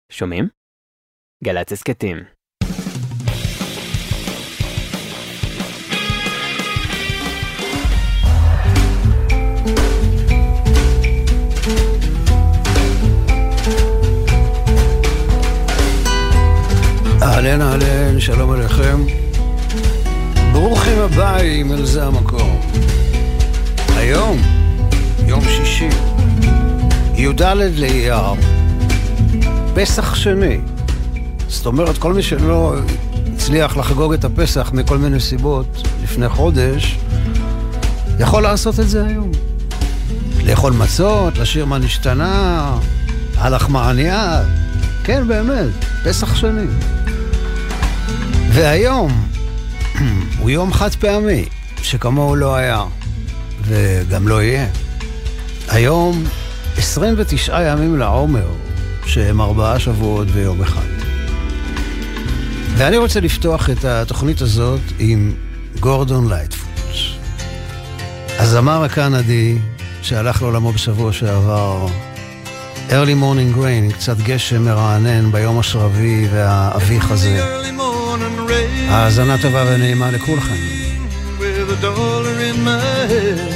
שומעים? גל"צ הסכתים. אהלן אהלן, שלום עליכם. ברוכים הבאים אל זה המקום. היום, יום שישי, י"ד לאייר, פסח שני. זאת אומרת, כל מי שלא הצליח לחגוג את הפסח מכל מיני סיבות לפני חודש, יכול לעשות את זה היום. לאכול מצות, לשיר מה נשתנה, הלחמניה. כן, באמת, פסח שני. והיום הוא יום חד פעמי, שכמוהו לא היה, וגם לא יהיה. היום 29 ימים לעומר, שהם 4 שבועות ויום אחד. ואני רוצה לפתוח את התוכנית הזאת עם גורדון לייטפוט, הזמר הקנדי שהלך לעולמו בשבוע שעבר. Early Morning Rain, קצת גשם מרענן ביום השרבי והאביך הזה. האזנה טובה ונעימה לכולכם. With a dollar in my head,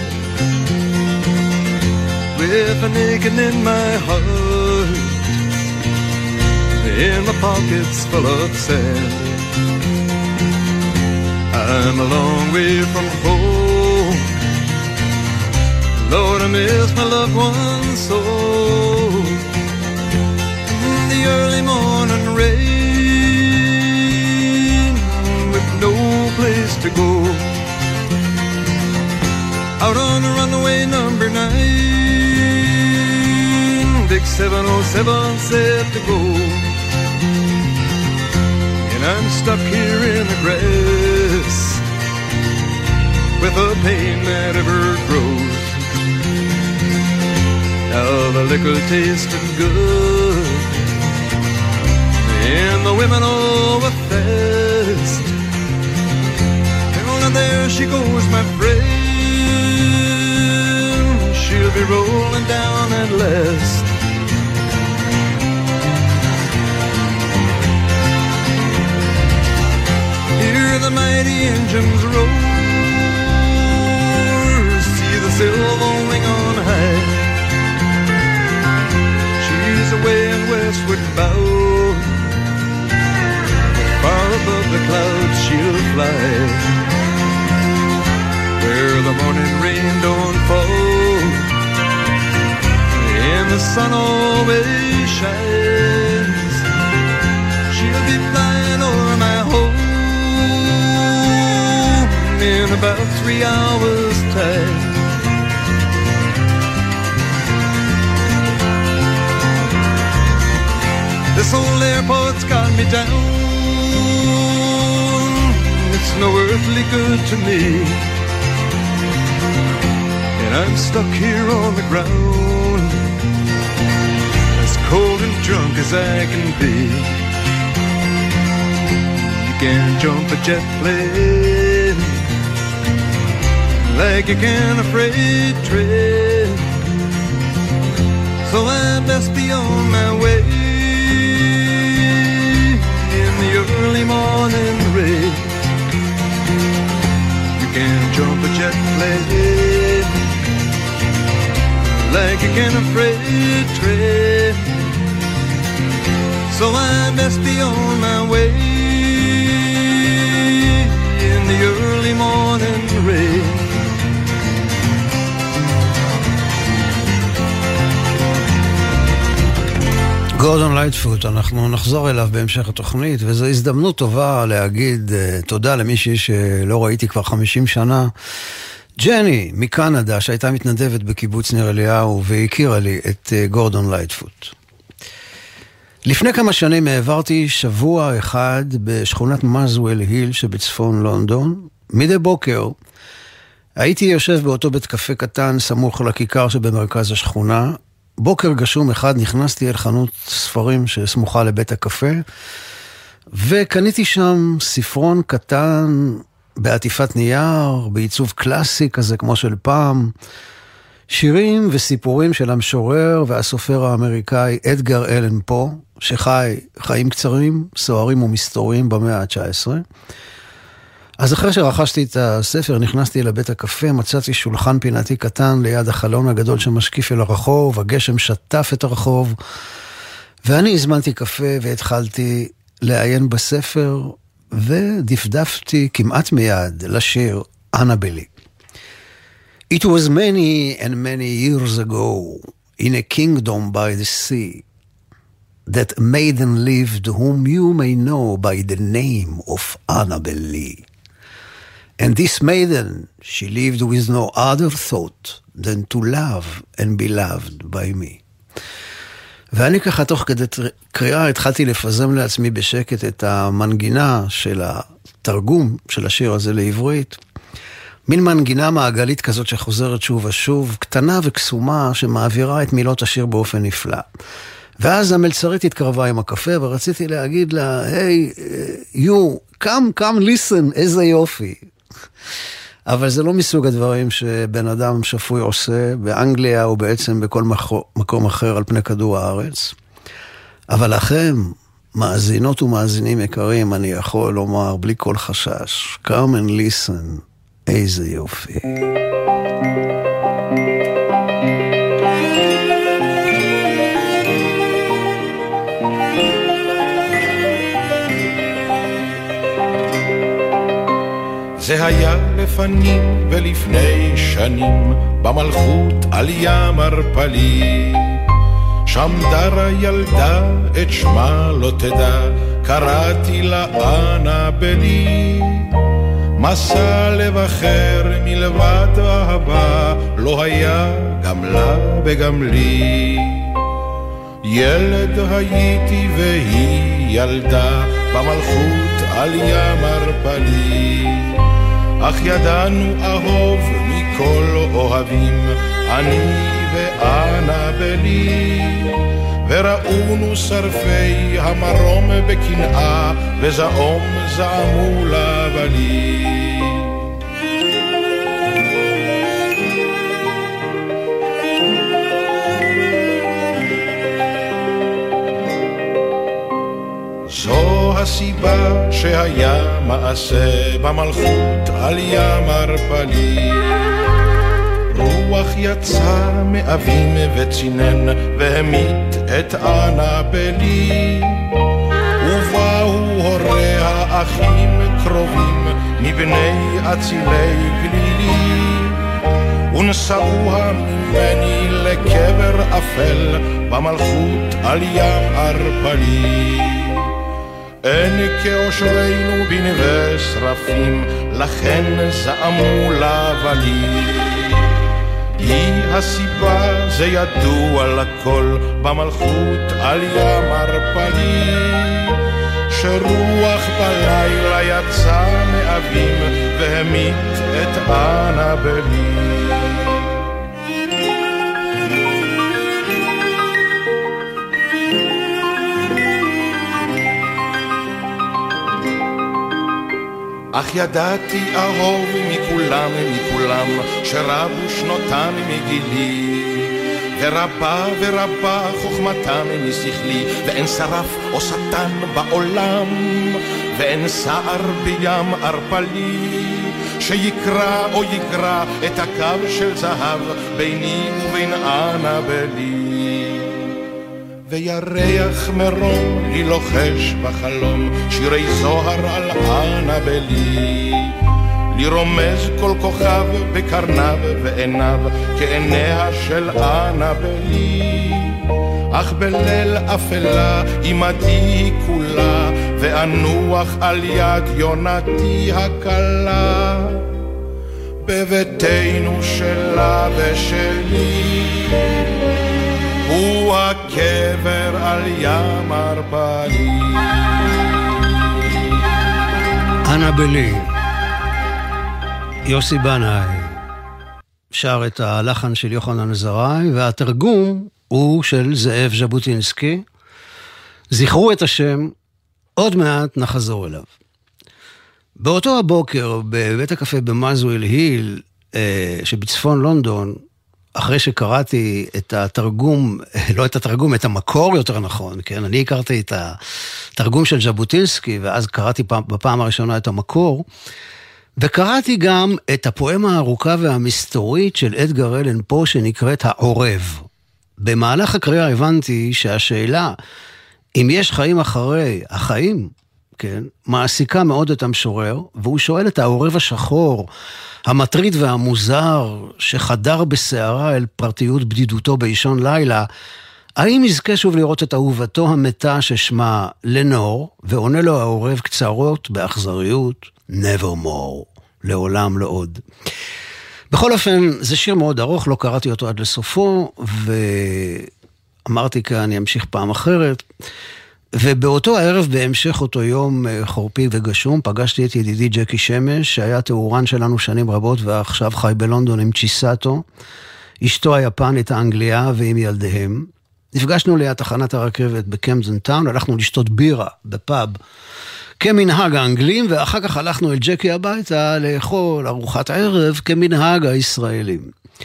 with an aching in my heart, in my pockets full of sand. I'm a long way from home, Lord, I miss my loved ones so. The early morning rain, with no place to go, out on the runaway number 9, big 707 set to go, and I'm stuck here in the grass with a pain that ever grows. Now the liquor tasted good, and the women all were fast, and there she goes, my friend, she'll be rolling down at last. Hear the mighty engines roar, see the silver wing on high. She's away and westward bound, far above the clouds she'll fly, where the morning rain don't fall and the sun always shines. She'll be flying over my home in about 3 hours' time. This old airport's got me down, it's no earthly good to me, and I'm stuck here on the ground, as cold and drunk as I can be. You can't jump a jet plane like you can a freight train, so I best be on my way in the early morning rain. You can't jump a jet plane like you can a freight train, so I best be on my way in the early morning rain. גורדון לייטפוט, אנחנו נחזור אליו בהמשך התוכנית, וזו הזדמנות טובה להגיד תודה למישהי שלא ראיתי כבר 50 שנה, ג'ני מקנדה, שהייתה מתנדבת בקיבוץ ניר אליהו והכירה לי את גורדון לייטפוט. לפני כמה שנים העברתי שבוע אחד בשכונת מזוול היל שבצפון לונדון. מדי בוקר הייתי יושב באותו בית קפה קטן סמוך לכיכר שבמרכז השכונה. בוקר גשום אחד נכנסתי אל חנות ספרים שסמוכה לבית הקפה, וקניתי שם ספרון קטן בעטיפת נייר, בעיצוב קלאסי כזה כמו של פעם, שירים וסיפורים של המשורר והסופר האמריקאי אדגר אלן פו, שחי חיים קצרים, סוערים ומסתוריים במאה ה-19. אז אחרי שרכשתי את הספר, נכנסתי לבית הקפה, מצאתי שולחן פינתי קטן ליד החלון הגדול שמשקיף אל הרחוב, הגשם שטף את הרחוב, ואני הזמנתי קפה והתחלתי לעיין בספר, ודפדפתי כמעט מיד לשיר אנבלי. It was many and many years ago, in a kingdom by the sea, that a maiden lived whom you may know by the name of Annabel Lee. And this maiden, she lived with no other thought than to love and be loved by me. ואני ככה תוך כדי קריאה התחלתי לפזם לעצמי בשקט את המנגינה של התרגום של השיר הזה לעברית. מין מנגינה מעגלית כזאת שחוזרת שוב ושוב, קטנה וקסומה שמעבירה את מילות השיר באופן נפלא. ואז המלצרית התקרבה עם הקפה ורציתי להגיד לה, היי, come listen, איזה יופי. אבל זה לא מסוג הדברים שבן אדם שפוי עושה באנגליה או בעצם בכל מקום אחר על פני כדור הארץ. אבל לכם, מאזינות ומאזינים יקרים, אני יכול לומר בלי כל חשש, come and listen, איזה יופי. זה היה לפנים ולפני שנים במלכות על ים ערפלי, שם דרה ילדה את שמה לא תדע, קראתי לה אנבלי. מסע לב אחר מלבד אהבה לא היה גם לה וגם לי. ילד הייתי והיא ילדה במלכות על ים ערפלי, אך ידענו אהוב מכל אוהבים, אני ואנבלי. וראונו שרפי המרום בקנאה, וזעום זעמו לבלי. זו הסיבה שהיה מעשה במלכות על ים ערפלי. רוח יצא מאבים וצינן והמית את אנבלי, ובאו הוריה אחים קרובים מבני אצילי גלילי, ונשאוה ממני לקבר אפל במלכות על ים ערפלי. אין כאושרנו בנווה שרפים, לכן זעמו לבלי. היא הסיבה, זה ידוע לכל במלכות על ים ערפלי, שרוח בלילה יצא מאבים והמית את אנבלי. אך ידעתי אהוב מכולם שרבו שנותם מגילי, ורבה חוכמתם משכלי, ואין שרף או שטן בעולם, ואין שער בים ערפלי שיקרא או יקרא את הקו של זהב ביני ובין אנבלי. וירח מרום לי לוחש בחלום שירי זוהר על אנבלי, לי רומז כל כוכב בקרניו ועיניו כעיניה של אנבלי. אך בליל אפלה עמדי כולה, ואנוח על יד יונתי הקלה, בביתנו שלה ושלי הוא הקבר על ים ערפלי. אנבלי, יוסי בנאי שר את הלחן של יוחנן זרעי, והתרגום הוא של זאב ז'בוטינסקי. זכרו את השם, עוד מעט נחזור אליו. באותו הבוקר בבית הקפה במזוויל היל שבצפון לונדון, אחרי שקראתי את התרגום, לא את התרגום, את המקור יותר נכון, כן? אני הכרתי את התרגום של ז'בוטינסקי, ואז קראתי בפעם הראשונה את המקור, וקראתי גם את הפואמה הארוכה והמסתורית של אדגר אלן פה, שנקראת העורב. במהלך הקריאה הבנתי שהשאלה, אם יש חיים אחרי החיים, כן, מעסיקה מאוד את המשורר, והוא שואל את העורב השחור, המטריד והמוזר, שחדר בסערה אל פרטיות בדידותו באישון לילה, האם יזכה שוב לראות את אהובתו המתה ששמה לנור, ועונה לו העורב קצרות באכזריות, nevermore, לעולם לא עוד. בכל אופן, זה שיר מאוד ארוך, לא קראתי אותו עד לסופו, ואמרתי כאן, אני אמשיך פעם אחרת, ובאותו הערב, בהמשך אותו יום חורפי וגשום, פגשתי את ידידי ג'קי שמש, שהיה תאורן שלנו שנים רבות, ועכשיו חי בלונדון עם צ'יסאטו, אשתו היפנית האנגליה ועם ילדיהם. נפגשנו ליד תחנת הרכבת בקמפדן טאון, הלכנו לשתות בירה בפאב, כמנהג האנגלים, ואחר כך הלכנו אל ג'קי הביתה לאכול ארוחת ערב כמנהג הישראלים.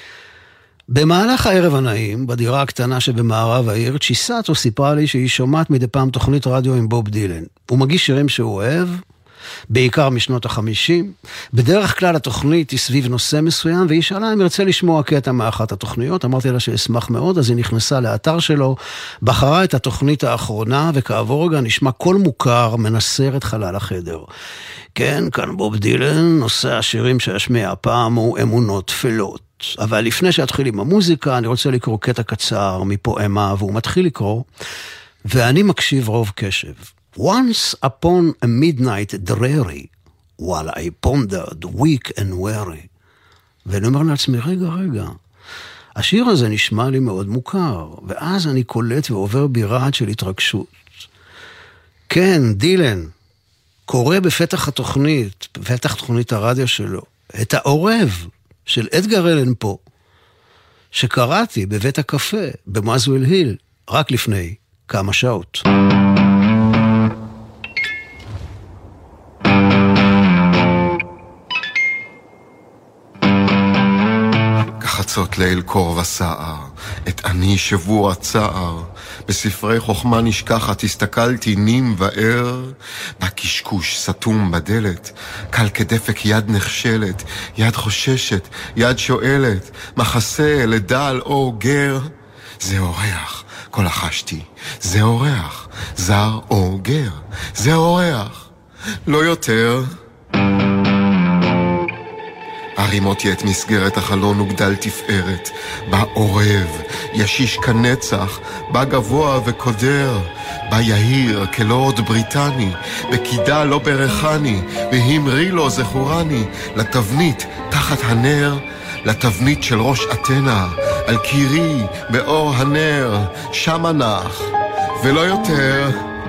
במהלך הערב הנעים, בדירה הקטנה שבמערב העיר, צ'יסאטו סיפרה לי שהיא שומעת מדי פעם תוכנית רדיו עם בוב דילן. הוא מגיש שירים שהוא אוהב, בעיקר משנות ה-50. בדרך כלל התוכנית היא סביב נושא מסוים, והיא שאלה אם ירצה לשמוע קטע מאחת התוכניות. אמרתי לה שאשמח מאוד, אז היא נכנסה לאתר שלו, בחרה את התוכנית האחרונה, וכעבור רגע נשמע קול מוכר מנסר את חלל החדר. כן, כאן בוב דילן, נושא השירים שישמיע הפעם הוא אמונות תפלות. אבל לפני שאתחיל עם המוזיקה, אני רוצה לקרוא קטע קצר מפואמה, והוא מתחיל לקרוא, ואני מקשיב רוב קשב. Once upon a midnight dreary, while I pondered weak and weary. ואני אומר לעצמי, רגע, השיר הזה נשמע לי מאוד מוכר, ואז אני קולט ועובר ברעד של התרגשות. כן, דילן, קורא בפתח התוכנית, בפתח תוכנית הרדיו שלו, את העורב של אדגר אלן פה, שקראתי בבית הקפה במזוויל היל, רק לפני כמה שעות. חצות ליל קור וסער, את אני שבור הצער, בספרי חוכמה נשכחת, הסתכלתי נים וער, בקשקוש סתום בדלת, קל כדפק יד נכשלת, יד חוששת, יד שואלת, מחסה לדל או גר, זה אורח, כל החשתי, זה אורח, זר או גר, זה אורח, לא יותר. הרימותי את מסגרת החלון וגדל תפארת, בא עורב, ישיש כנצח, בא גבוה וקודר, בא יהיר כלורד בריטני, בקידה לא ברחני, והמרי לו זכורני, לתבנית תחת הנר, לתבנית של ראש אתנה, על קירי באור הנר, שם הנח, ולא יותר.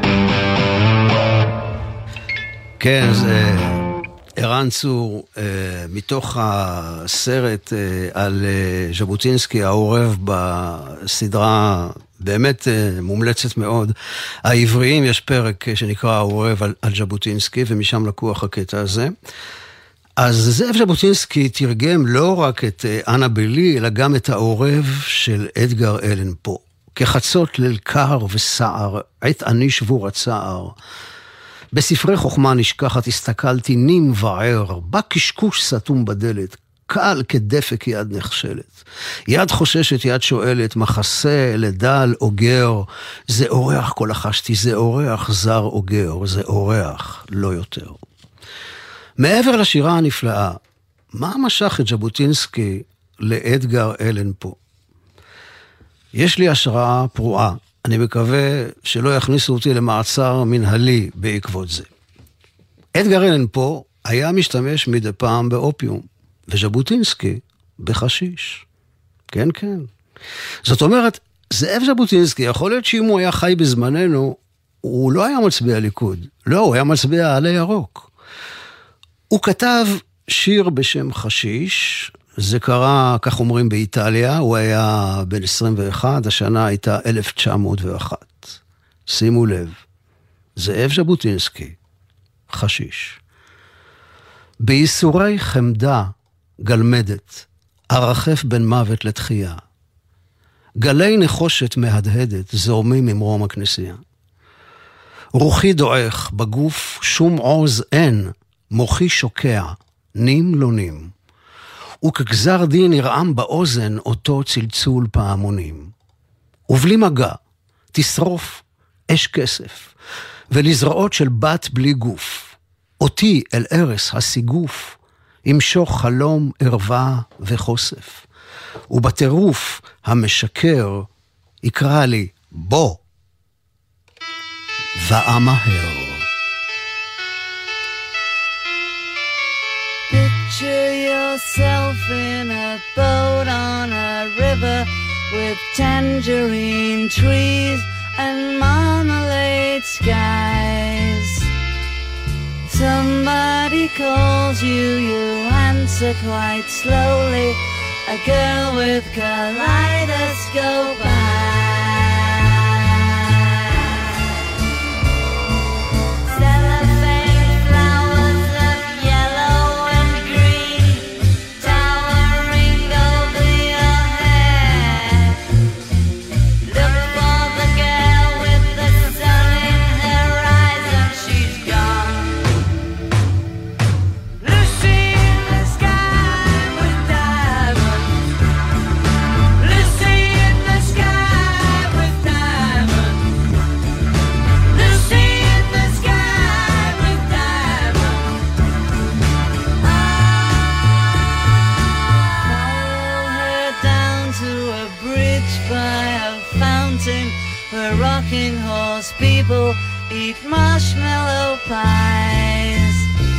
כן, זה ערן צור, מתוך הסרט על ז'בוטינסקי, העורב בסדרה באמת מומלצת מאוד. העבריים יש פרק שנקרא העורב על ז'בוטינסקי, ומשם לקוח הקטע הזה. אז זאב ז'בוטינסקי תרגם לא רק את אנה בלי, אלא גם את העורב של אדגר אלן פה. כחצות ליל קר וסער, עת אני שבור הצער. בספרי חוכמה נשכחת הסתכלתי נים וער, בא קשקוש סתום בדלת, קל כדפק יד נכשלת. יד חוששת, יד שואלת, מחסה לדל או גר, זה אורח כל החשתי, זה אורח זר או גר, זה אורח, לא יותר. מעבר לשירה הנפלאה, מה משך את ז'בוטינסקי לאדגר אלן פה? יש לי השראה פרועה, אני מקווה שלא יכניסו אותי למעצר מנהלי בעקבות זה. אדגר אלן פה היה משתמש מדי פעם באופיום, וז'בוטינסקי בחשיש. כן, כן. זאת אומרת, זאב ז'בוטינסקי, יכול להיות שאם הוא היה חי בזמננו, הוא לא היה מצביע ליכוד. לא, הוא היה מצביע עלי ירוק. הוא כתב שיר בשם חשיש, זה קרה, כך אומרים, באיטליה, הוא היה בן 21, השנה הייתה 1901. שימו לב, זאב ז'בוטינסקי, חשיש. בייסורי חמדה גלמדת, ארחף בין מוות לתחייה. גלי נחושת מהדהדת זורמים ממרום הכנסייה. רוחי דועך, בגוף שום עוז אין, מוחי שוקע, נים לא נים. וכגזר דין ירעם באוזן אותו צלצול פעמונים. ובלי מגע, תשרוף אש כסף, ולזרעות של בת בלי גוף. אותי אל ארס הסיגוף, ימשוך חלום ערווה וחושף. ובטירוף המשקר יקרא לי בוא. ואמהר. Picture yourself in a boat on a river with tangerine trees and marmalade skies. Somebody calls you, you answer quite slowly. A girl with kaleidoscope eyes. Cellophane flowers of yellow and green towering over your head. Look for the girl with the sun in her eyes and she's gone. Lucy in the sky with diamonds. Lucy in the sky with diamonds. Lucy in the sky with diamonds. Follow her down to a bridge by a fountain where rocking horse people eat marshmallow pies.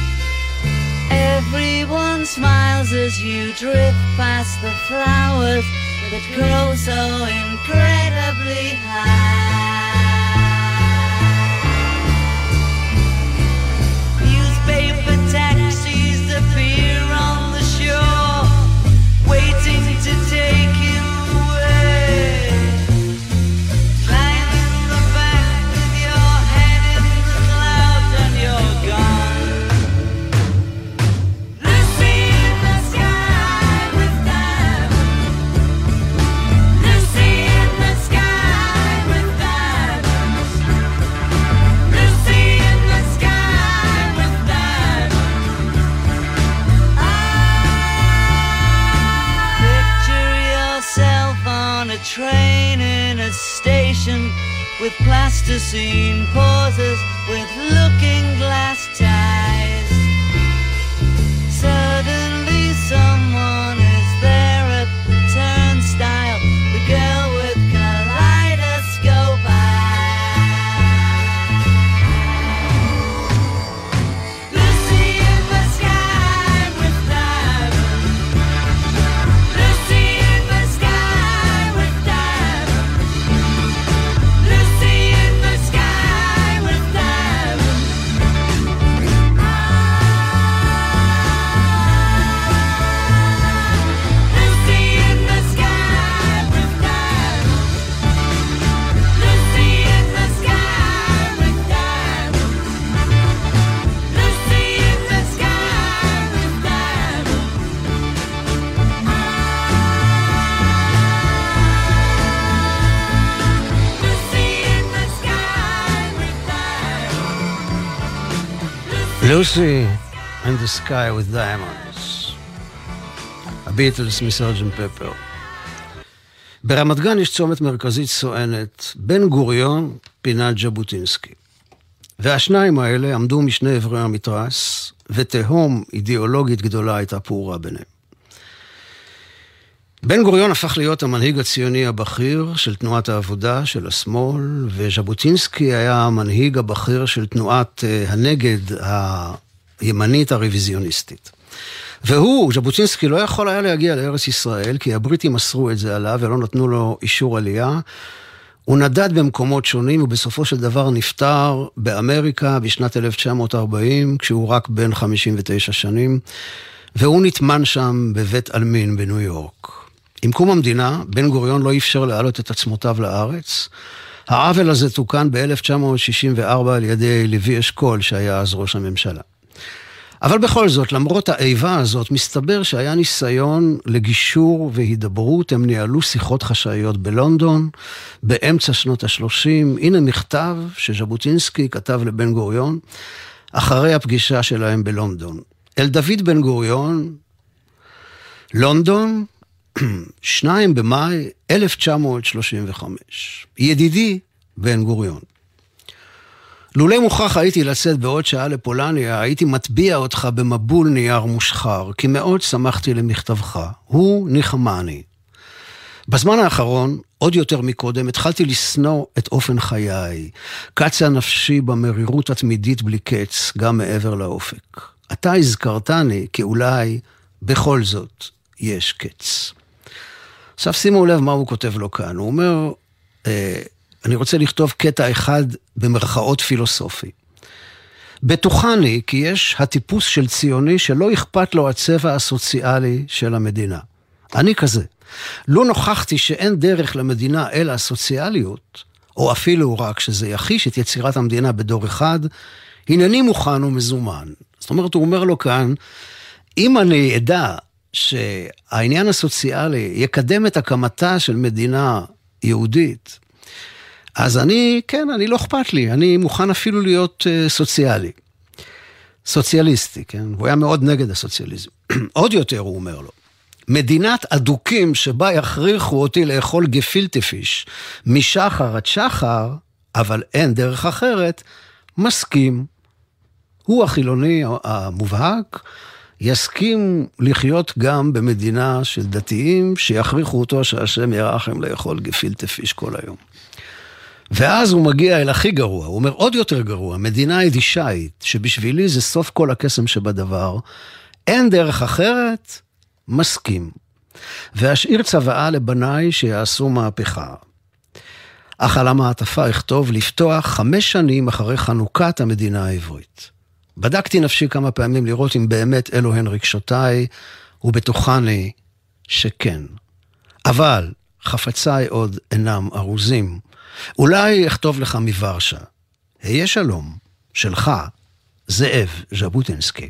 Everyone smiles as you drift past the flowers that grow so incredibly high. Newspaper taxis appear on the shore, waiting to take you away. Climb in the back with your head in the clouds and you're gone. Lucy in the sky with diamonds. Lucy in the sky with diamonds. Lucy in the sky with diamonds. Picture yourself on a train in a station with plasticine pauses with looking glass ties. Suddenly someone is there at the turnstile, the girl with kaleidoscope eyes. Lucy in the sky with diamonds. Lucy in the sky with diamonds. Lucy in the sky with diamonds. Lucy in the sky with diamonds. Lucy in the sky with diamonds. Lucy in the sky with diamonds. Lucy in the sky with diamonds. Lucy in the Sky with Diamonds. הביטלס מסרג'נט פפר. ברמת גן יש צומת מרכזית סואנת, בן גוריון, פינת ז'בוטינסקי. והשניים האלה עמדו משני עברי המתרס, ותהום אידיאולוגית גדולה הייתה פעורה ביניהם. בן גוריון הפך להיות המנהיג הציוני הבכיר של תנועת העבודה, של השמאל, וז'בוטינסקי היה המנהיג הבכיר של תנועת הנגד הימנית הרוויזיוניסטית. והוא, ז'בוטינסקי, לא יכול היה להגיע לארץ ישראל, כי הבריטים אסרו את זה עליו ולא נתנו לו אישור עלייה. הוא נדד במקומות שונים, ובסופו של דבר נפטר באמריקה בשנת 1940, כשהוא רק בן 59 שנים, והוא נטמן שם בבית אלמין בניו יורק. עם קום המדינה, בן גוריון לא אפשר להעלות את עצמותיו לארץ. העוול הזה תוקן ב-1964 על ידי לוי אשכול, שהיה אז ראש הממשלה. אבל בכל זאת, למרות האיבה הזאת, מסתבר שהיה ניסיון לגישור והידברות. הם ניהלו שיחות חשאיות בלונדון, באמצע שנות ה-30. הנה מכתב שז'בוטינסקי כתב לבן גוריון, אחרי הפגישה שלהם בלונדון. אל דוד בן גוריון, לונדון, 2 במאי 1935. ידידי בן גוריון. לולא מוכרח הייתי לצאת בעוד שעה לפולניה, הייתי מטביע אותך במבול נייר מושחר, כי מאוד שמחתי למכתבך. הוא ניחמני. בזמן האחרון, עוד יותר מקודם, התחלתי לסנוע את אופן חיי. קצה נפשי במרירות התמידית בלי קץ, גם מעבר לאופק. אתה הזכרתני, כי אולי בכל זאת יש קץ. עכשיו שימו לב מה הוא כותב לו כאן. הוא אומר, אני רוצה לכתוב קטע אחד במרכאות פילוסופי. בטוחני כי יש הטיפוס של ציוני שלא אכפת לו הצבע הסוציאלי של המדינה. אני כזה. לא נוכחתי שאין דרך למדינה אלא הסוציאליות, או אפילו רק שזה יחיש את יצירת המדינה בדור אחד, הנני מוכן ומזומן. זאת אומרת, הוא אומר לו כאן, אם אני אדע שהעניין הסוציאלי יקדם את הקמתה של מדינה יהודית, אז אני לא אכפת לי, אני מוכן אפילו להיות סוציאלי. סוציאליסטי, כן? הוא היה מאוד נגד הסוציאליזם. עוד יותר הוא אומר לו, מדינת אדוקים שבה יכריחו אותי לאכול גפילטפיש משחר עד שחר, אבל אין דרך אחרת, מסכים. הוא החילוני המובהק, יסכים לחיות גם במדינה של דתיים שיכריחו אותו שהשם ירחם לאכול גפילטפיש כל היום. ואז הוא מגיע אל הכי גרוע, הוא אומר עוד יותר גרוע, מדינה אידישאית, שבשבילי זה סוף כל הקסם שבדבר, אין דרך אחרת, מסכים. ואשאיר צוואה לבניי שיעשו מהפכה. אך על המעטפה אכתוב לפתוח 5 שנים אחרי חנוכת המדינה העברית. בדקתי נפשי כמה פעמים לראות אם באמת אלו הן רגשותיי, ובטוחני שכן. אבל חפציי עוד אינם ארוזים. אולי אכתוב לך מוורשה. היה שלום, שלך, זאב ז'בוטינסקי.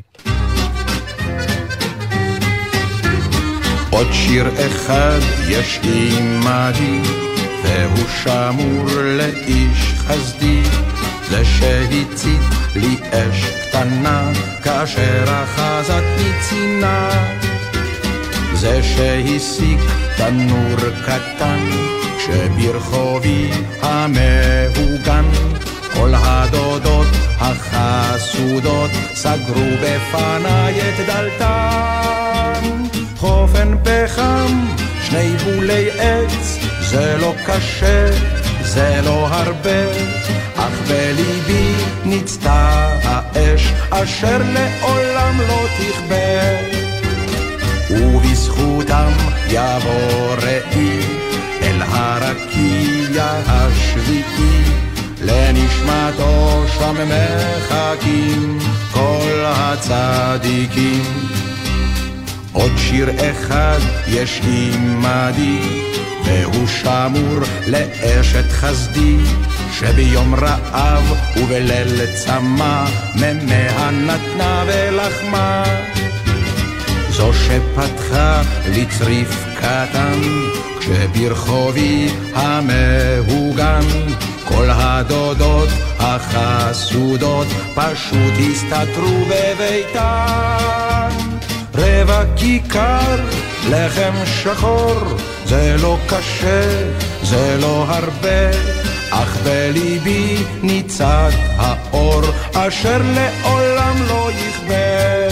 עוד שיר אחד יש עימדי, והוא שמור לאיש חסדי, זה שהצית לי אש קטנה, כאשר אחזתי צינה, זה שהסיק תנור קטן, כשברחובי המהוגן, כל הדודות החסודות סגרו בפניי את דלתן. חופן פחם, 2 בולי עץ, זה לא קשה, זה לא הרבה, אך בליבי נצתה האש אשר לעולם לא תכבה. ובזכותם יבוא ראי אל הרקיע השביעי, לנשמתו שם מחכים כל הצדיקים. עוד שיר אחד יש עימדי, והוא שמור לאשת חסדי, שביום רעב ובליל צמא ממאה נתנה ולחמה. זו שפתחה לי צריף קטן, כשברחובי המהוגן, כל הדודות החסודות פשוט הסתתרו בביתן. רבע כיכר, לחם שחור, זה לא קשה, זה לא הרבה, אך בליבי ניצת האור אשר לעולם לא יכבה.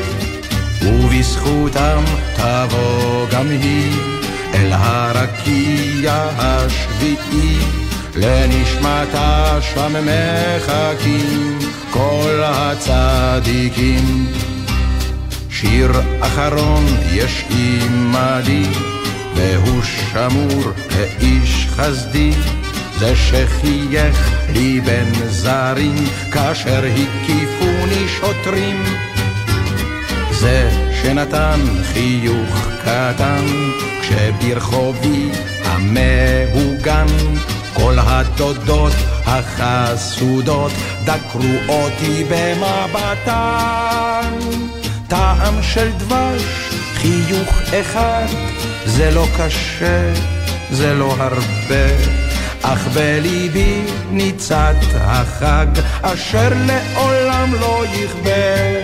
ובזכותם תבוא גם היא אל הרקיע השביעי, לנשמתה שם מחכים כל הצדיקים. שיר אחרון יש עימדי, והוא שמור לאיש חסדי, זה שחייך לי בן זרים כאשר הקיפוני שוטרים, זה שנתן חיוך קטן כשברחובי המהוגן, כל הדודות החסודות דקרו אותי במבטן. טעם של דבש, חיוך אחד, זה לא קשה, זה לא הרבה, אך בליבי ניצת החג אשר לעולם לא יכבה.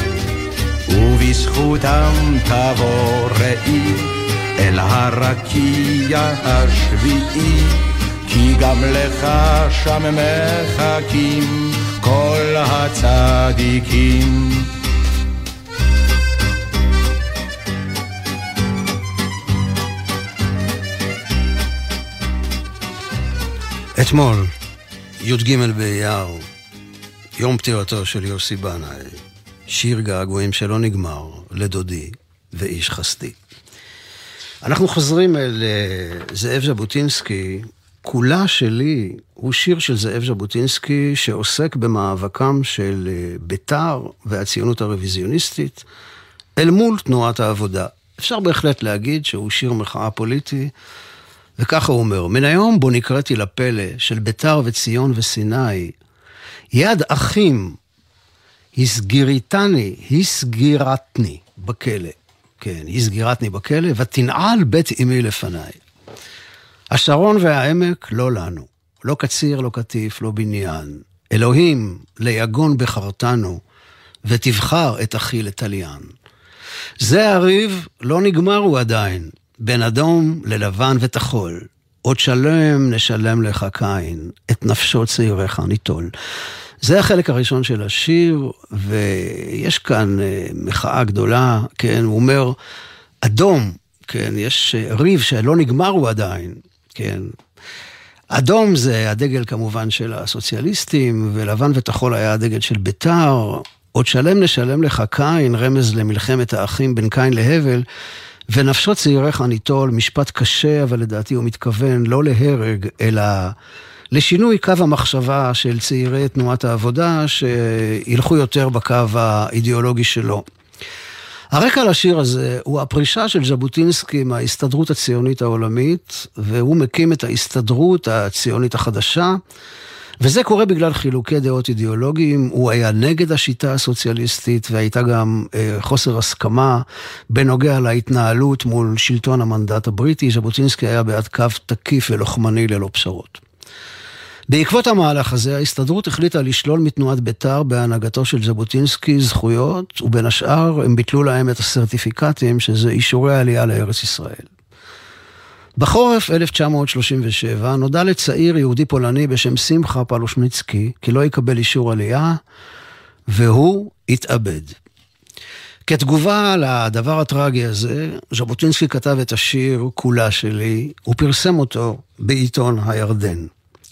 ובזכותם תבוא ראי אל הרקיע השביעי, כי גם לך שם מחכים כל הצדיקים. אתמול, י"ג באייר, יום פטירתו של יוסי בנאי, שיר געגועים שלא נגמר, לדודי ואיש חסדי. אנחנו חוזרים אל זאב ז'בוטינסקי. כולה שלי הוא שיר של זאב ז'בוטינסקי שעוסק במאבקם של בית"ר והציונות הרוויזיוניסטית אל מול תנועת העבודה. אפשר בהחלט להגיד שהוא שיר מחאה פוליטי, וככה הוא אומר: מן היום בו נקראתי לפלא של בית"ר וציון וסיני, יד אחים הסגירתני בכלא. כן, הסגירתני בכלא, ותנעל בית אמי לפניי. השרון והעמק לא לנו, לא קציר, לא כתיף, לא בניין. אלוהים ליגון בחרתנו, ותבחר את אחי לטליין. זה הריב לא נגמר הוא עדיין, בין אדום ללבן ותחול. עוד שלם נשלם לך קין, את נפשו צעירך ניטול. זה החלק הראשון של השיר, ויש כאן מחאה גדולה, כן, הוא אומר, אדום, כן, יש ריב שלא נגמר הוא עדיין, כן. אדום זה הדגל כמובן של הסוציאליסטים, ולבן ותחול היה הדגל של בית"ר. עוד שלם נשלם לך קין, רמז למלחמת האחים בין קין להבל, ונפשו צעירך ניטול, משפט קשה, אבל לדעתי הוא מתכוון לא להרג, אלא לשינוי קו המחשבה של צעירי תנועת העבודה, שילכו יותר בקו האידיאולוגי שלו. הרקע לשיר הזה הוא הפרישה של ז'בוטינסקי מההסתדרות הציונית העולמית, והוא מקים את ההסתדרות הציונית החדשה, וזה קורה בגלל חילוקי דעות אידיאולוגיים. הוא היה נגד השיטה הסוציאליסטית, והייתה גם חוסר הסכמה בנוגע להתנהלות מול שלטון המנדט הבריטי. ז'בוטינסקי היה בעד קו תקיף ולוחמני ללא פשרות. בעקבות המהלך הזה, ההסתדרות החליטה לשלול מתנועת בית"ר בהנהגתו של ז'בוטינסקי זכויות, ובין השאר הם ביטלו להם את הסרטיפיקטים, שזה אישורי העלייה לארץ ישראל. בחורף 1937 נודע לצעיר יהודי פולני בשם שמחה פלושניצקי, כי לא יקבל אישור עלייה, והוא התאבד. כתגובה לדבר הטרגי הזה, ז'בוטינסקי כתב את השיר כולה שלי, ופרסם אותו בעיתון הירדן.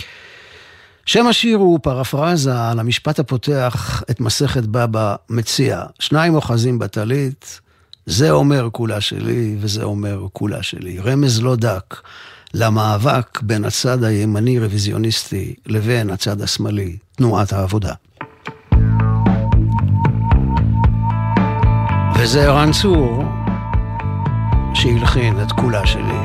שם השיר הוא פרפרזה על המשפט הפותח את מסכת בבא מציע, שניים אוחזים בטלית, זה אומר כולה שלי וזה אומר כולה שלי. רמז לא דק למאבק בין הצד הימני רוויזיוניסטי לבין הצד השמאלי, תנועת העבודה. וזה ערן צור שהלחין את כולה שלי.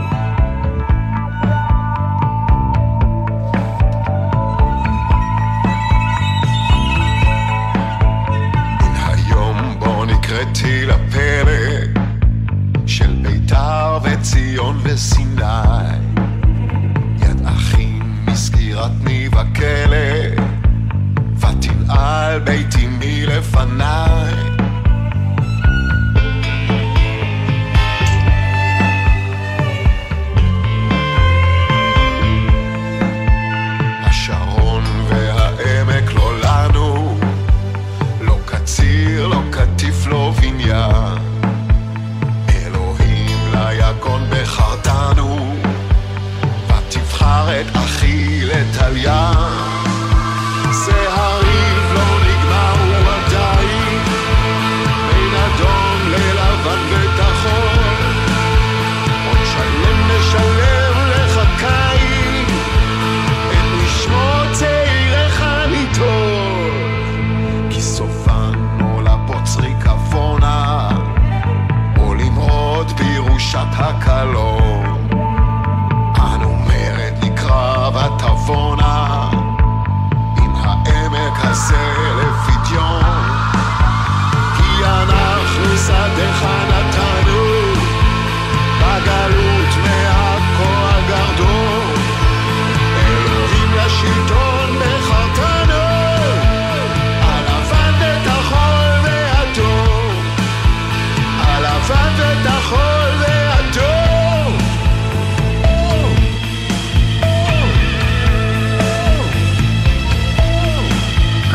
נקראתי לפלא של בית"ר וציון וסיני, יד אחים מסגירתני בכלא, ותנעל בית אמי לפניי.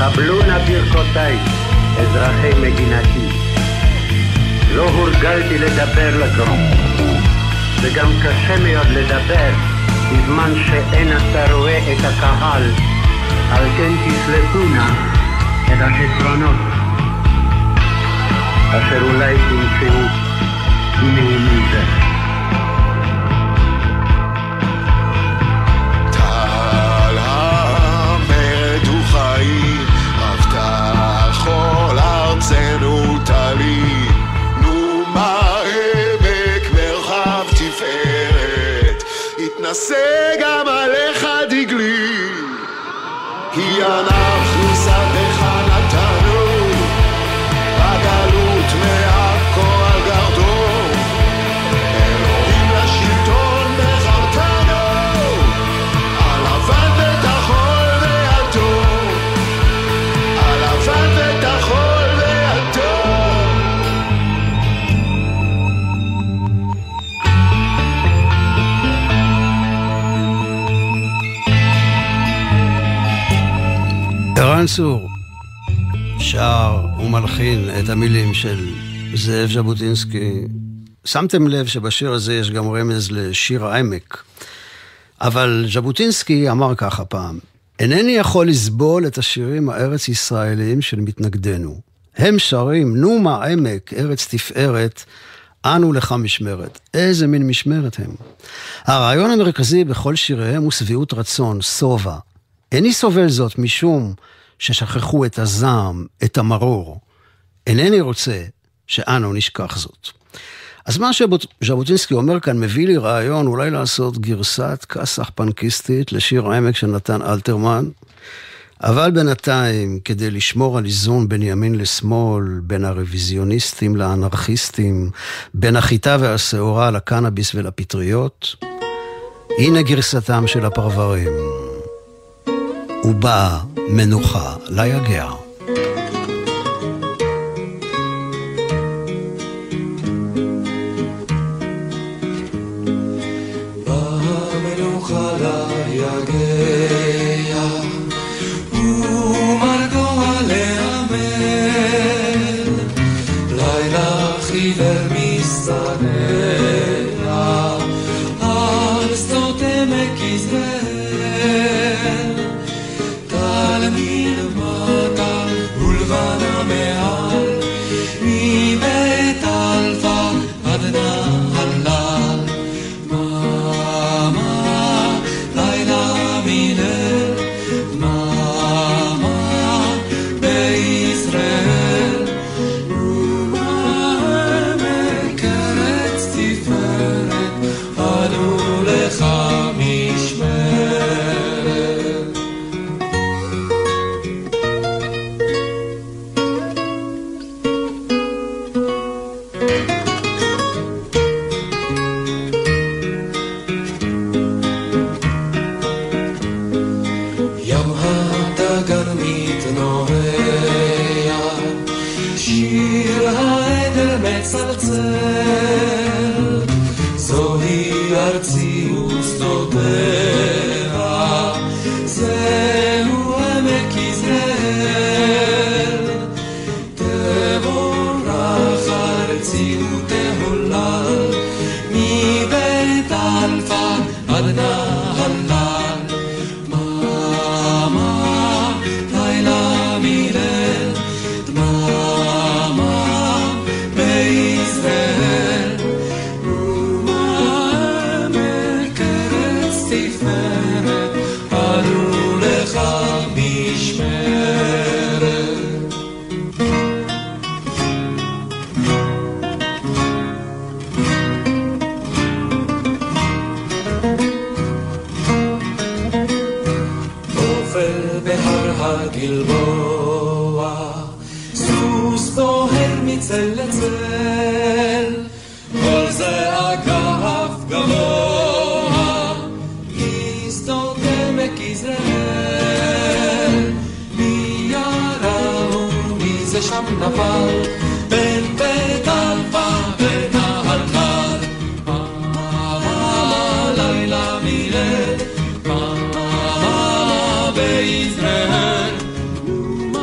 קבלו נא ברכותיי, אזרחי מדינתי. לא הורגלתי לדבר לגרום, וגם קשה מאוד לדבר בזמן שאין אתה רואה את הקהל, על כן תסלחו נא את החסרונות אשר אולי תמצאו בנאומי זה. טל המרד הוא חי, מבטח כל ארצנו תלי, נו מה עמק מרחב תפארת, התנסה גם עליך דגלי, כי אנחנו שדך נתנו בגלות מעכו על גרדום, אלוהים לשלטון בחרתנו, על לבן ותחול ואדום, על לבן ותחול ואדום. ערן צור שר ומלחין את המילים של זאב ז'בוטינסקי. שמתם לב שבשיר הזה יש גם רמז לשיר העמק, אבל ז'בוטינסקי אמר ככה פעם: אינני יכול לסבול את השירים הארץ ישראליים של מתנגדנו, הם שרים נו מה עמק ארץ תפארת, אנו לך משמרת. איזה מין משמרת הם? הרעיון המרכזי בכל שיריהם הוא שביעות רצון, סובה. איני סובל זאת משום ששכחו את הזעם, את המרור. אינני רוצה שאנו נשכח זאת. אז מה שז'בוטינסקי אומר כאן מביא לי רעיון אולי לעשות גרסת כסח פנקיסטית לשיר העמק של נתן אלתרמן, אבל בינתיים, כדי לשמור על איזון בין ימין לשמאל, בין הרוויזיוניסטים לאנרכיסטים, בין החיטה והשעורה לקנאביס ולפטריות, הנה גרסתם של הפרברים. ובאה מנוחה ליגע. בישראל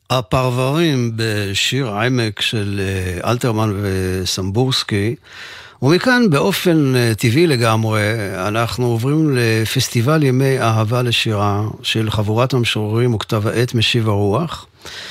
הפרברים בשיר העמק של אלתרמן וסמבורסקי, ומכאן באופן טבעי לגמרי אנחנו עוברים לפסטיבל ימי אהבה לשירה של חבורת המשוררים וכתב העת משיב הרוח,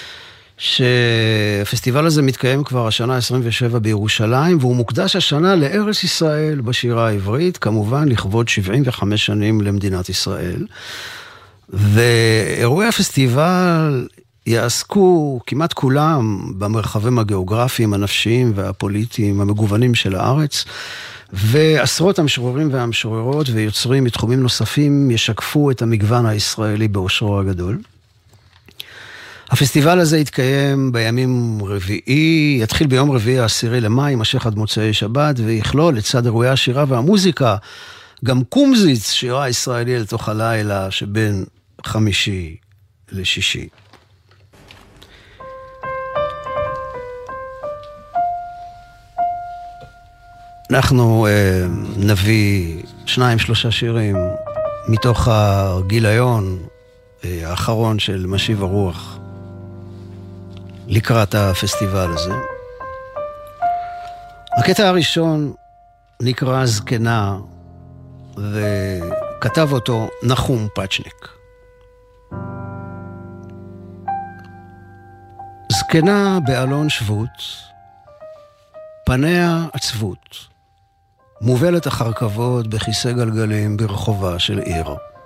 שהפסטיבל הזה מתקיים כבר השנה 27 בירושלים, והוא מוקדש השנה לארץ ישראל בשירה העברית, כמובן לכבוד 75 שנים למדינת ישראל. ואירועי הפסטיבל יעסקו כמעט כולם במרחבים הגיאוגרפיים, הנפשיים והפוליטיים המגוונים של הארץ, ועשרות המשוררים והמשוררות ויוצרים מתחומים נוספים ישקפו את המגוון הישראלי באושרו הגדול. הפסטיבל הזה יתקיים בימים רביעי, יתחיל ביום רביעי 10 למאי, יימשך עד מוצאי שבת, ויכלול לצד אירועי השירה והמוזיקה גם קומזיץ, שירה ישראלי לתוך הלילה שבין חמישי לשישי. אנחנו נביא 2-3 שירים מתוך הגיליון האחרון של משיב הרוח לקראת הפסטיבל הזה. הקטע הראשון נקרא זקנה, וכתב אותו נחום פצ'ניק. זקנה באלון שבות, פניה עצבות, מובלת אחר כבוד בכיסא גלגלים ברחובה של עיר.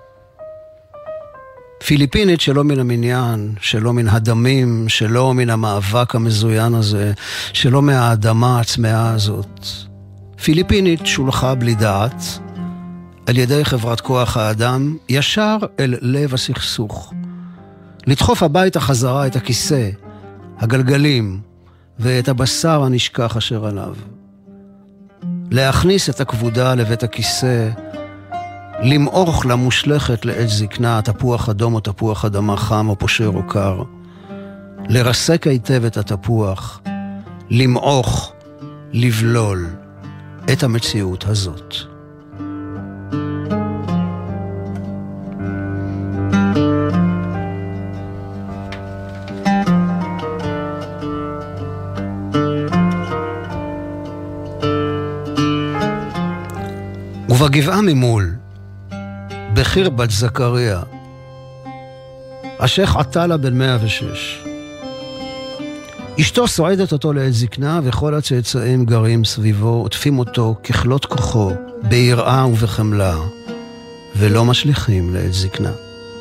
פיליפינית שלא מן המניין, שלא מן הדמים, שלא מן המאבק המזוין הזה, שלא מהאדמה הצמאה הזאת. פיליפינית שולחה בלי דעת, על ידי חברת כוח האדם, ישר אל לב הסכסוך. לדחוף הביתה חזרה את הכיסא, הגלגלים, ואת הבשר הנשכח אשר עליו. להכניס את הכבודה לבית הכיסא, למעוך למושלכת לעת זקנה, תפוח אדום או תפוח אדמה חם או פושר או קר. לרסק היטב את התפוח, למעוך, לבלול את המציאות הזאת. ובגבעה ממול, בחיר בת זכריה, השייך עטלה בן 106. אשתו סועדת אותו לעת זקנה, וכל הצאצאים גרים סביבו, עוטפים אותו ככלות כוחו, ביראה ובחמלה, ולא משליכים לעת זקנה.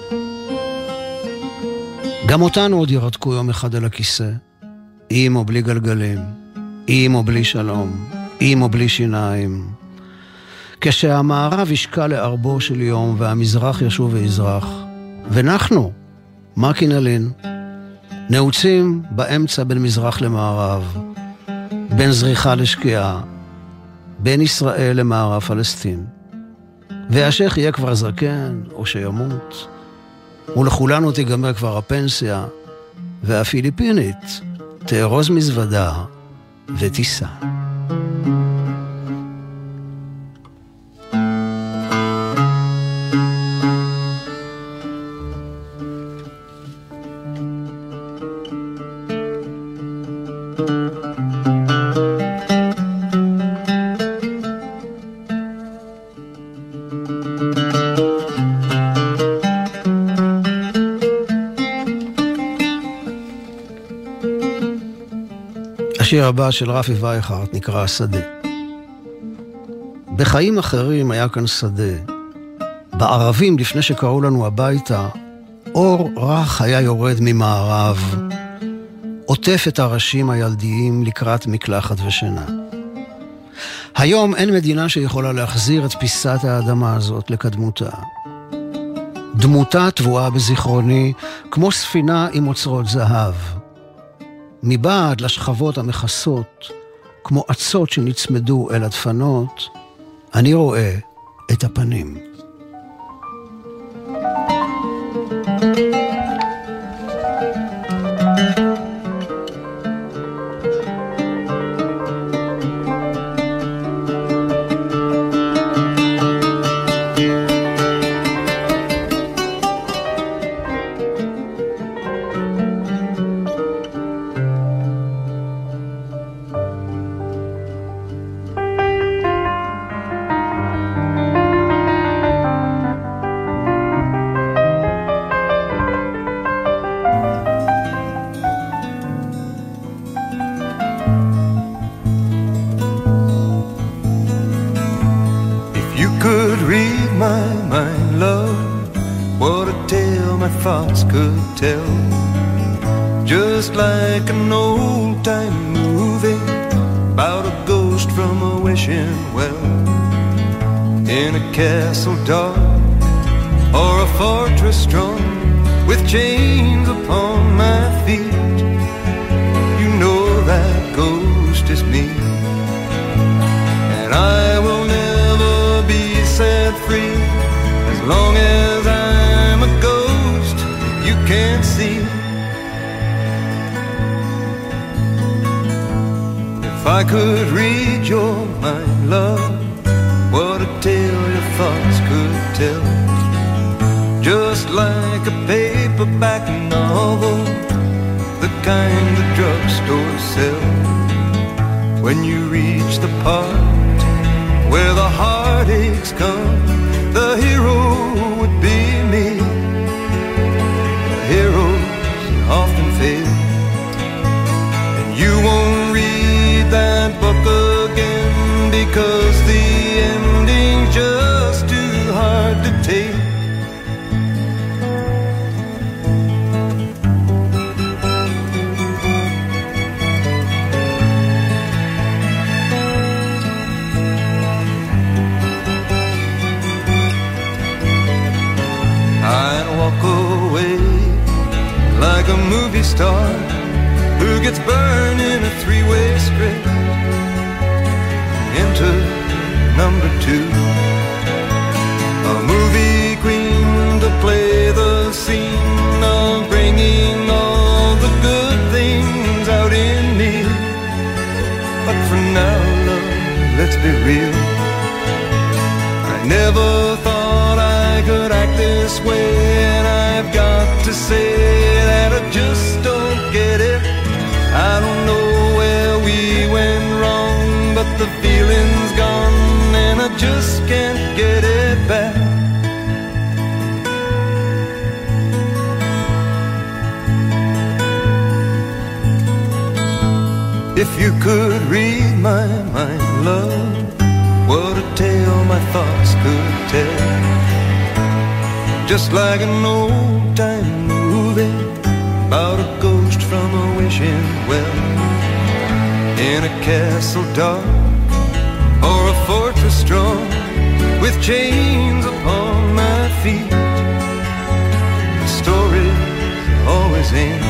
גם אותנו עוד ירתקו יום אחד על הכיסא, עם או בלי גלגלים, עם או בלי שלום, עם או בלי שיניים. כשהמערב ישקע לארבו של יום והמזרח ישוב ויזרח, ונחנו, מה כנלין? נעוצים באמצע בין מזרח למערב, בין זריחה לשקיעה, בין ישראל למערב פלסטין. והשייך יהיה כבר זקן או שימות, ולכולנו תיגמר כבר הפנסיה, והפיליפינית תארוז מזוודה ותיסע. השיר הבא של רפי וייכרט נקרא השדה. בחיים אחרים היה כאן שדה. בערבים לפני שקראו לנו הביתה, אור רך היה יורד ממערב, עוטף את הראשים הילדיים לקראת מקלחת ושינה. היום אין מדינה שיכולה להחזיר את פיסת האדמה הזאת לקדמותה. דמותה טבועה בזיכרוני כמו ספינה עם אוצרות זהב. מבעד לשכבות המכסות, כמו עצות שנצמדו אל הדפנות, אני רואה את הפנים. my thoughts could tell. Just like an old-time movie about a ghost from a wishing well, in a castle dark or a fortress strong with chains upon my feet. You know that ghost is me, and I will never be set free as long as I'm a ghost you can't see. If I could read your mind, love, what a tale your thoughts could tell. Just like a paperback novel, the kind the drugstores sell. When you reach the part where the heartaches come, the hero would be me. The heroes often fail, and you won't read that book again because the ending's just too hard to take. Like a movie star who gets burned in a three-way script. Enter number 2, a movie queen to play the scene of bringing all the good things out in me. But for now, love, let's be real, I never thought I could act this way, and I've got to say that I just don't get it. I don't know where we went wrong, but the feeling's gone and I just can't get it back. If you could read my mind, love, what a tale my thoughts could tell. Just like an old-time movie about a ghost from a wishing well, in a castle dark or a fortress strong with chains upon my feet. The stories always end.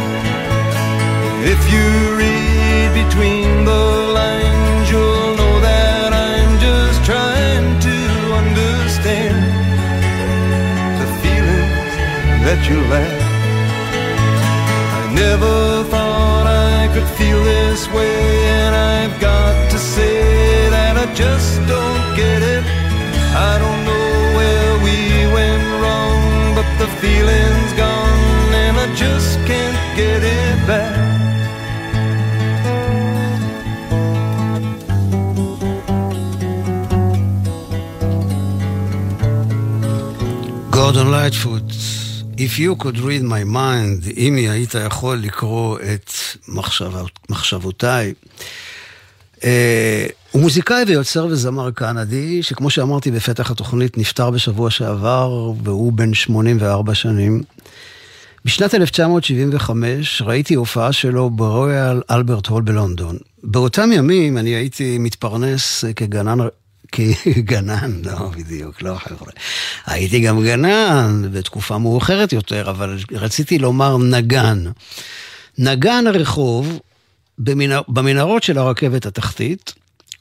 If you read between the lines, you'll know that I'm just trying to understand the feelings that you lack. I never thought I could feel this way, and I've got to say that I just don't get it. I don't know where we went wrong, but the feeling's gone and I just can't get it back. גורדון לייטפוט, If you could read my mind, אם היית יכול לקרוא את מחשבותיי. הוא מוזיקאי ויוצר וזמר קנדי, שכמו שאמרתי בפתח התוכנית, נפטר בשבוע שעבר, והוא בן 84 שנים. בשנת 1975 ראיתי הופעה שלו ברויאל אלברט הול בלונדון. באותם ימים אני הייתי מתפרנס כגנן, לא בדיוק, לא חבר'ה. הייתי גם גנן בתקופה מאוחרת יותר, אבל רציתי לומר נגן. נגן הרחוב במנהרות של הרכבת התחתית,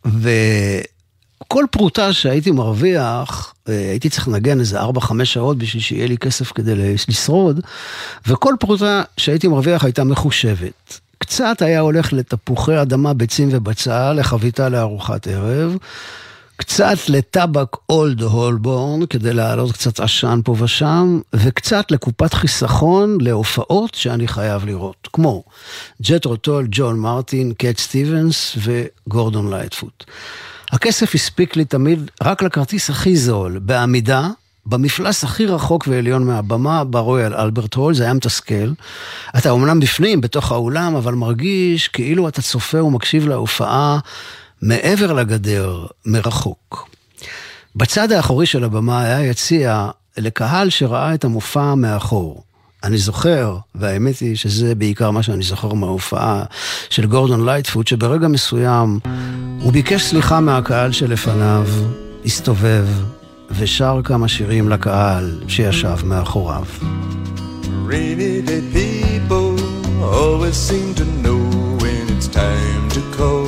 וכל פרוטה שהייתי מרוויח, הייתי צריך לנגן איזה 4-5 שעות בשביל שיהיה לי כסף כדי לשרוד, וכל פרוטה שהייתי מרוויח הייתה מחושבת. קצת היה הולך לתפוחי אדמה, ביצים ובצל, לחביתה לארוחת ערב, קצת לטבק אולד הולבורן, כדי להעלות קצת עשן פה ושם, וקצת לקופת חיסכון להופעות שאני חייב לראות, כמו ג'ת'רו טול, ג'ון מרטין, קט סטיבנס וגורדון לייטפוט. הכסף הספיק לי תמיד רק לכרטיס הכי זול, בעמידה, במפלס הכי רחוק ועליון מהבמה, ברויאל אלברט הול. זה היה מתסכל. אתה אומנם בפנים, בתוך האולם, אבל מרגיש כאילו אתה צופה ומקשיב להופעה מעבר לגדר, מרחוק. בצד האחורי של הבמה היה יציע לקהל שראה את המופע מאחור. אני זוכר, והאמת היא שזה בעיקר מה שאני זוכר מההופעה של גורדון לייטפוט, שברגע מסוים הוא ביקש סליחה מהקהל שלפניו, הסתובב ושר כמה שירים לקהל שישב מאחוריו. Rainy day people always seem to know when it's time to call.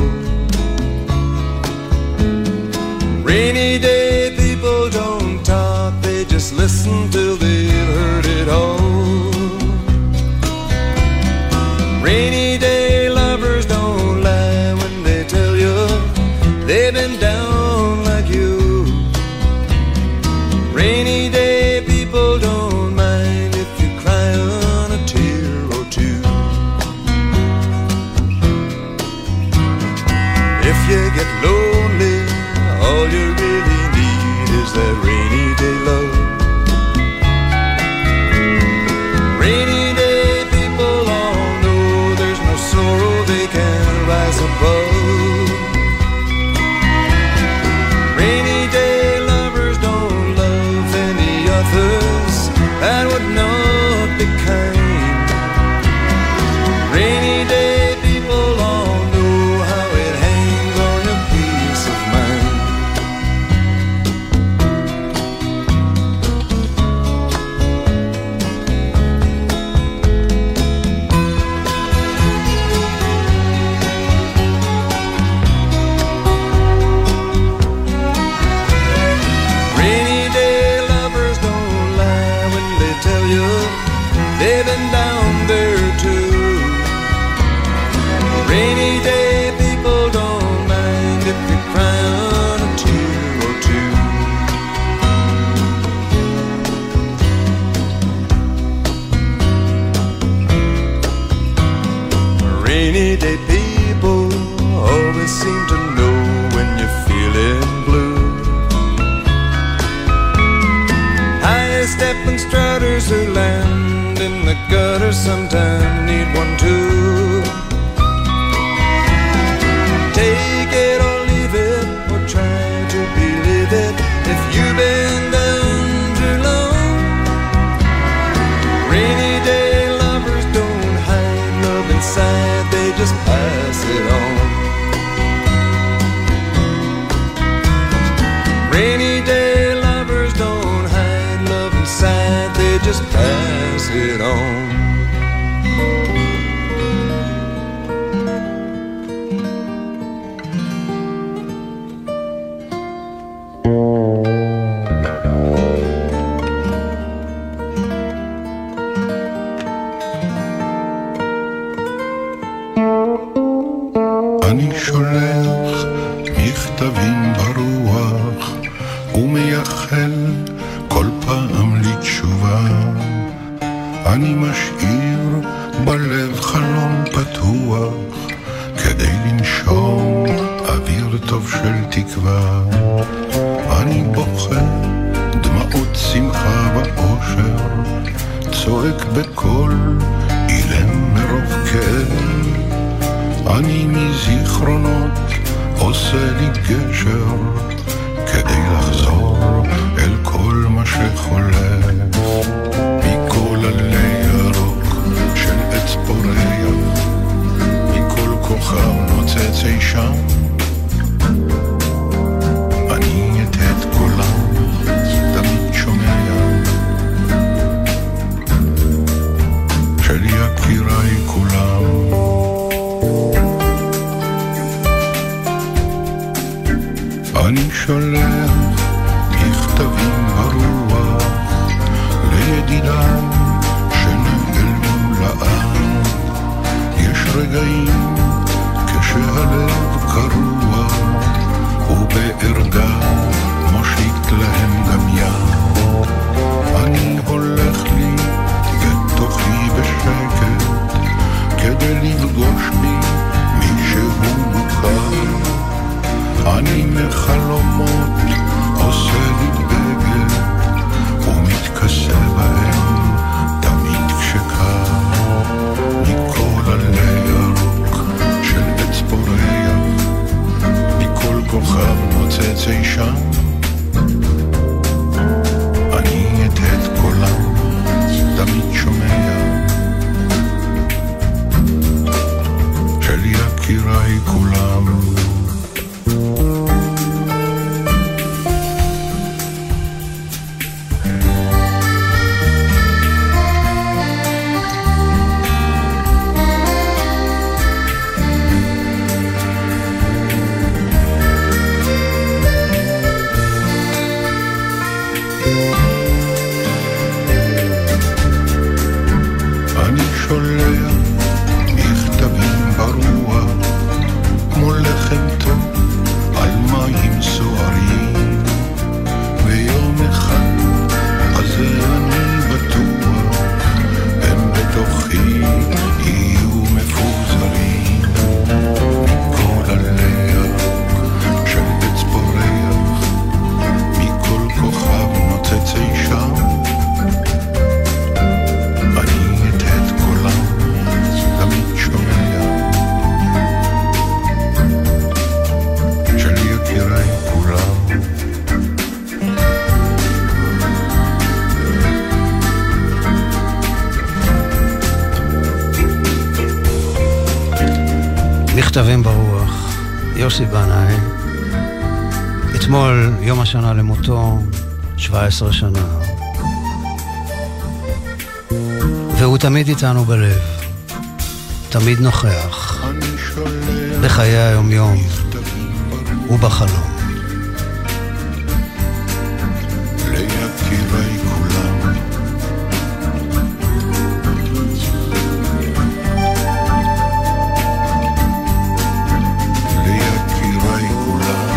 Rainy day people don't talk, they just listen till they've heard it all. Rainy day lovers don't lie when they tell you they've been down like you. Rainy day people don't mind if you cry on a tear or two. If you get lonely, all you really need is that rainy day love. Rainy day people all know there's no sorrow they can rise above. Rainy day lovers don't love any others, that would not be kind. Rainy day people all know how it hangs on your peace of mind. Rainy day lovers don't lie when they tell you they've been down there too. Rainy day people don't mind if you cry on a tear or two. Rainy day people always seem to know when you're feeling blue. High-stepping strutters who land in the gutter sometimes need one too. Take it or leave it, or try to believe it if you've been down too long. Rainy day lovers don't hide love inside, they just pass it on. Rainy day lovers don't hide love inside, they just pass it on. אני שולח מכתבים ברוח ומייחל כל פעם לתשובה. אני משאיר בלב חלום פתוח כדי לנשום אוויר טוב של תקווה. אני בוכה דמעות שמחה ואושר, צועק בקול אילם מרוב כאב. אני מזיכרונות עושה לי גשר כדי לחזור אל כל מה שחולף. מכל עלי ירוק של עץ פורח, מכל כוכב נוצץ אי שם, אני את קולם תמיד שומע של יקיריי כולם. אני שולח מכתבים ברוח לידידיי שנעלמו לעד. יש רגעים כשהלב קרוע ובערגה מושיט להם גם יד. אני הולך לי בתוכי בשקט כדי לפגוש בי מישהו מוכר. אני מחלומות עושה לי בגד ומתכסה בהם שולח מכתבים ברוח כמו לחם טוב על מים סוערים, ויום אחד הזה אני בטוח הם בתוכי יהיו מפוזרים מכל עליה של עץ פורח, מכל כוכב נוצץ אי שם, אני את קולם תמיד שומע של יקירי כולם. מכתבים ברוח, יוסי בנאי. אתמול יום השנה למותו, 17 שנה. והוא תמיד איתנו בלב, תמיד נוכח, בחיי היום יום ובחלום. ליקירי כולם, ליקירי כולם.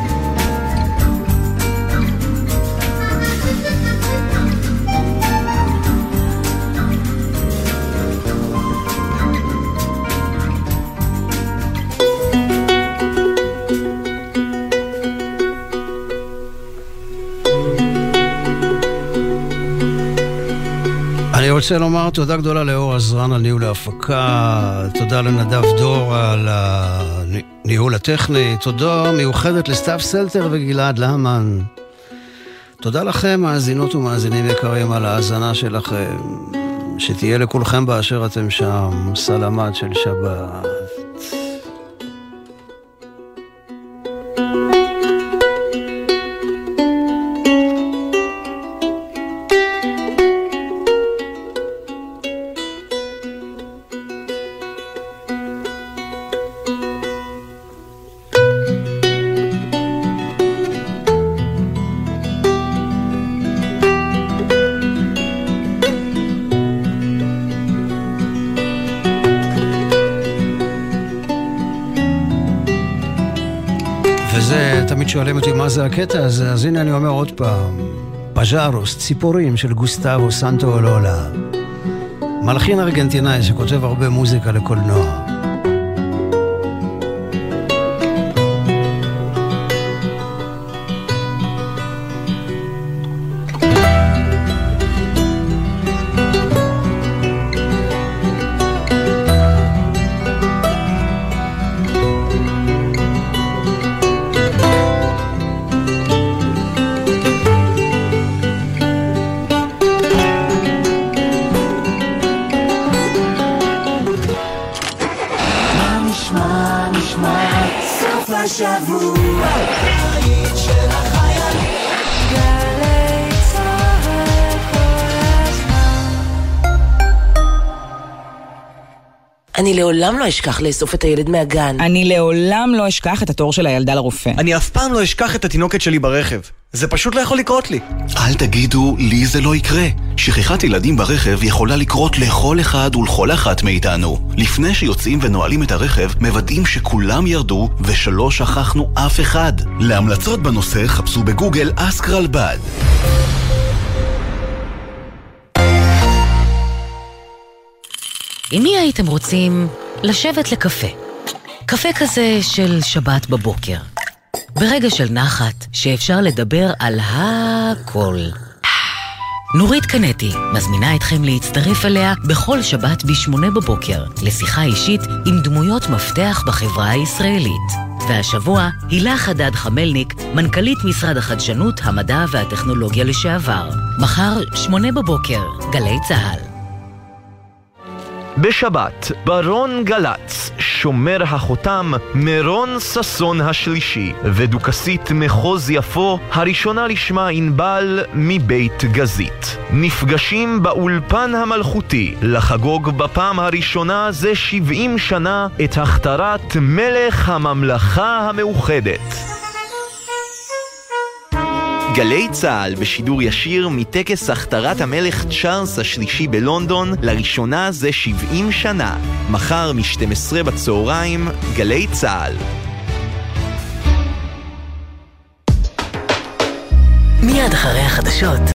אני רוצה לומר תודה גדולה לאור עזרן על ניהול ההפקה, תודה לנדב דור על הניהול הטכני, תודה מיוחדת לסתיו סלטר וגלעד להמן. תודה לכם מאזינות ומאזינים יקרים על ההאזנה שלכם, שתהיה לכולכם באשר אתם שם, סלמת של שבת. תמיד שואלים אותי מה זה הקטע הזה, אז הנה אני אומר עוד פעם, פז'רוס, ציפורים של גוסטבו סנטאולולה, מלחין ארגנטינאי שכותב הרבה מוזיקה לקולנוע. אני לעולם לא אשכח לאסוף את הילד מהגן. אני לעולם לא אשכח את התור של הילדה לרופא. אני אף פעם לא אשכח את התינוקת שלי ברכב. זה פשוט לא יכול לקרות לי. אל תגידו, לי זה לא יקרה. שכחת ילדים ברכב יכולה לקרות לכל אחד ולכל אחת מאיתנו. לפני שיוצאים ונועלים את הרכב, מוודאים שכולם ירדו ושלא שכחנו אף אחד. להמלצות בנושא חפשו בגוגל אסק רלב"ד. עם מי הייתם רוצים לשבת לקפה? קפה כזה של שבת בבוקר. ברגע של נחת שאפשר לדבר על הכל. נורית קנטי מזמינה אתכם להצטרף אליה בכל שבת ב8 בבוקר לשיחה אישית עם דמויות מפתח בחברה הישראלית. והשבוע הילה חדד חמלניק, מנכ"לית משרד החדשנות, המדע והטכנולוגיה לשעבר. מחר 8 בבוקר, גלי צהל. בשבת, ברון גלץ, שומר החותם, מרון ססון השלישי, ודוקסית מחוז יפו, הראשונה לשמה ענבל מבית גזית. נפגשים באולפן המלכותי, לחגוג בפעם הראשונה זה 70 שנה את הכתרת מלך הממלכה המאוחדת. גלי צהל בשידור ישיר מטקס הכתרת המלך צ'ארלס השלישי בלונדון, לראשונה זה 70 שנה. מחר מ-12 בצהריים, גלי צהל. מיד אחרי החדשות.